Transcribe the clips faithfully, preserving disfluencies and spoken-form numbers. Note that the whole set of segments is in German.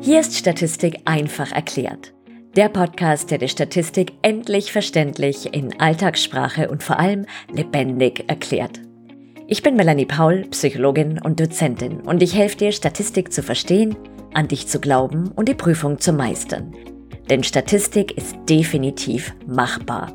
Hier ist Statistik einfach erklärt. Der Podcast, der die Statistik endlich verständlich in Alltagssprache und vor allem lebendig erklärt. Ich bin Melanie Paul, Psychologin und Dozentin und ich helfe dir, Statistik zu verstehen, an dich zu glauben und die Prüfung zu meistern. Denn Statistik ist definitiv machbar.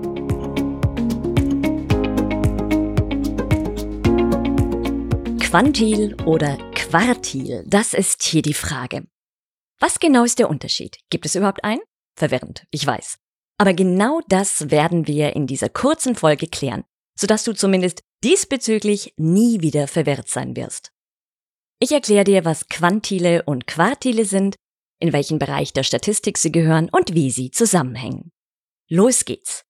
Quantil oder Quartil, das ist hier die Frage. Was genau ist der Unterschied? Gibt es überhaupt einen? Verwirrend, ich weiß. Aber genau das werden wir in dieser kurzen Folge klären, sodass du zumindest diesbezüglich nie wieder verwirrt sein wirst. Ich erkläre dir, was Quantile und Quartile sind, in welchen Bereich der Statistik sie gehören und wie sie zusammenhängen. Los geht's!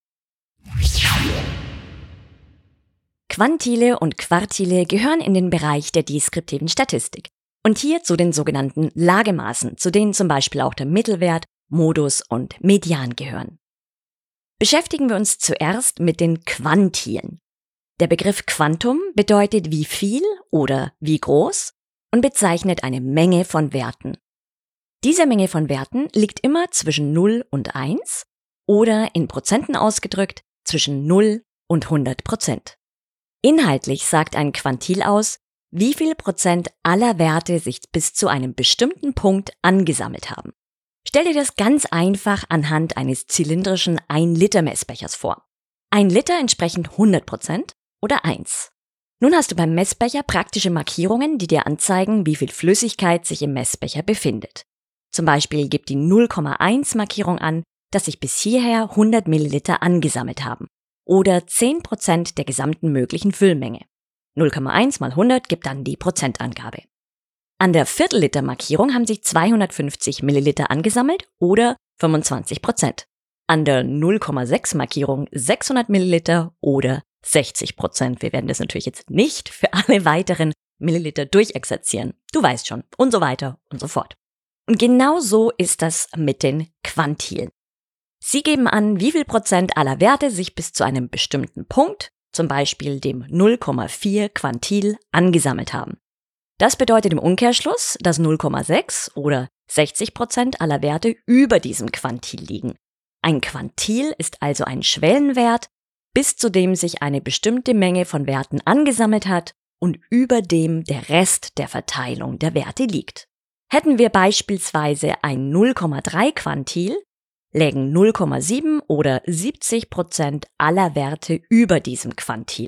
Quantile und Quartile gehören in den Bereich der deskriptiven Statistik und hier zu den sogenannten Lagemaßen, zu denen zum Beispiel auch der Mittelwert, Modus und Median gehören. Beschäftigen wir uns zuerst mit den Quantilen. Der Begriff Quantum bedeutet wie viel oder wie groß und bezeichnet eine Menge von Werten. Diese Menge von Werten liegt immer zwischen null und eins oder in Prozenten ausgedrückt zwischen null und hundert Prozent. Inhaltlich sagt ein Quantil aus, wie viel Prozent aller Werte sich bis zu einem bestimmten Punkt angesammelt haben. Stell dir das ganz einfach anhand eines zylindrischen ein Liter Messbechers vor. Ein Liter entsprechend hundert Prozent oder eins. Nun hast du beim Messbecher praktische Markierungen, die dir anzeigen, wie viel Flüssigkeit sich im Messbecher befindet. Zum Beispiel gibt die null Komma eins Markierung an, dass sich bis hierher hundert Milliliter angesammelt haben. Oder zehn Prozent der gesamten möglichen Füllmenge. null Komma eins mal hundert gibt dann die Prozentangabe. An der Viertelliter-Markierung haben sich zweihundertfünfzig Milliliter angesammelt oder fünfundzwanzig Prozent. An der null Komma sechs Markierung sechshundert Milliliter oder sechzig Prozent. Wir werden das natürlich jetzt nicht für alle weiteren Milliliter durchexerzieren. Du weißt schon. Und so weiter und so fort. Und genau so ist das mit den Quantilen. Sie geben an, wie viel Prozent aller Werte sich bis zu einem bestimmten Punkt, zum Beispiel dem null Komma vier Quantil, angesammelt haben. Das bedeutet im Umkehrschluss, dass null Komma sechs oder sechzig Prozent aller Werte über diesem Quantil liegen. Ein Quantil ist also ein Schwellenwert, bis zu dem sich eine bestimmte Menge von Werten angesammelt hat und über dem der Rest der Verteilung der Werte liegt. Hätten wir beispielsweise ein null Komma drei Quantil, lägen null Komma sieben oder siebzig Prozent aller Werte über diesem Quantil.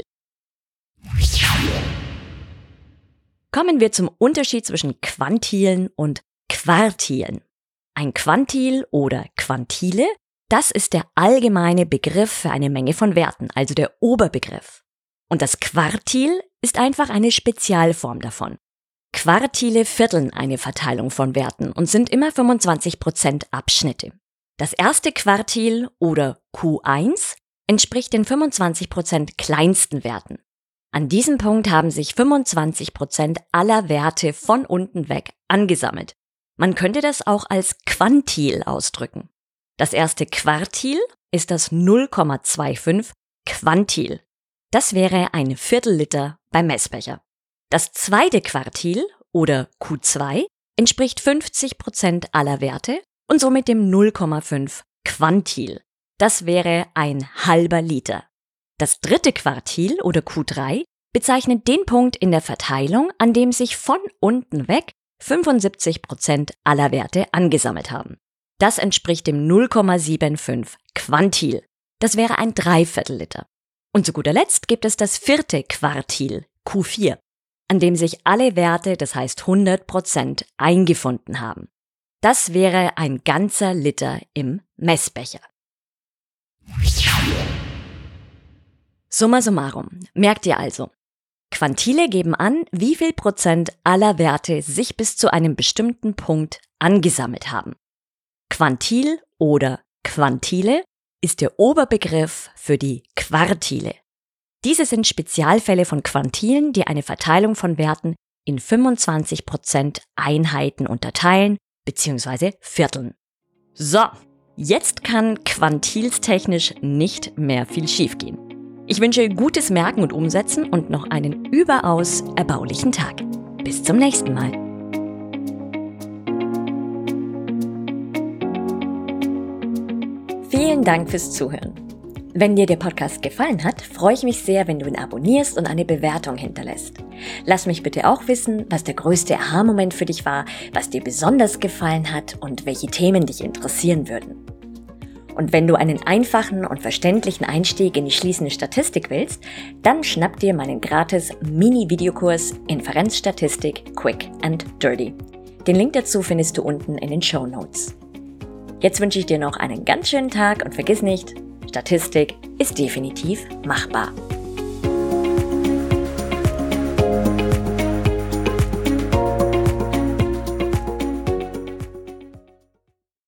Kommen wir zum Unterschied zwischen Quantilen und Quartilen. Ein Quantil oder Quantile, das ist der allgemeine Begriff für eine Menge von Werten, also der Oberbegriff. Und das Quartil ist einfach eine Spezialform davon. Quartile vierteln eine Verteilung von Werten und sind immer fünfundzwanzig Prozent Abschnitte. Das erste Quartil oder Q eins entspricht den fünfundzwanzig Prozent kleinsten Werten. An diesem Punkt haben sich fünfundzwanzig Prozent aller Werte von unten weg angesammelt. Man könnte das auch als Quantil ausdrücken. Das erste Quartil ist das null Komma fünfundzwanzig Quantil. Das wäre ein Viertelliter beim Messbecher. Das zweite Quartil oder Q zwei entspricht fünfzig Prozent aller Werte und somit dem null Komma fünf Quantil. Das wäre ein halber Liter. Das dritte Quartil oder Q drei bezeichnet den Punkt in der Verteilung, an dem sich von unten weg fünfundsiebzig Prozent aller Werte angesammelt haben. Das entspricht dem null Komma fünfundsiebzig Quantil. Das wäre ein Dreiviertelliter. Und zu guter Letzt gibt es das vierte Quartil, Q vier, an dem sich alle Werte, das heißt hundert Prozent, eingefunden haben. Das wäre ein ganzer Liter im Messbecher. Summa summarum, merkt ihr also, Quantile geben an, wie viel Prozent aller Werte sich bis zu einem bestimmten Punkt angesammelt haben. Quantil oder Quantile ist der Oberbegriff für die Quartile. Diese sind Spezialfälle von Quantilen, die eine Verteilung von Werten in fünfundzwanzig Prozent Einheiten unterteilen bzw. vierteln. So, jetzt kann quantilstechnisch nicht mehr viel schiefgehen. Ich wünsche gutes Merken und Umsetzen und noch einen überaus erbaulichen Tag. Bis zum nächsten Mal. Vielen Dank fürs Zuhören. Wenn dir der Podcast gefallen hat, freue ich mich sehr, wenn du ihn abonnierst und eine Bewertung hinterlässt. Lass mich bitte auch wissen, was der größte Aha-Moment für dich war, was dir besonders gefallen hat und welche Themen dich interessieren würden. Und wenn du einen einfachen und verständlichen Einstieg in die schließende Statistik willst, dann schnapp dir meinen gratis Mini-Videokurs Inferenzstatistik Quick and Dirty. Den Link dazu findest du unten in den Shownotes. Jetzt wünsche ich dir noch einen ganz schönen Tag und vergiss nicht, Statistik ist definitiv machbar.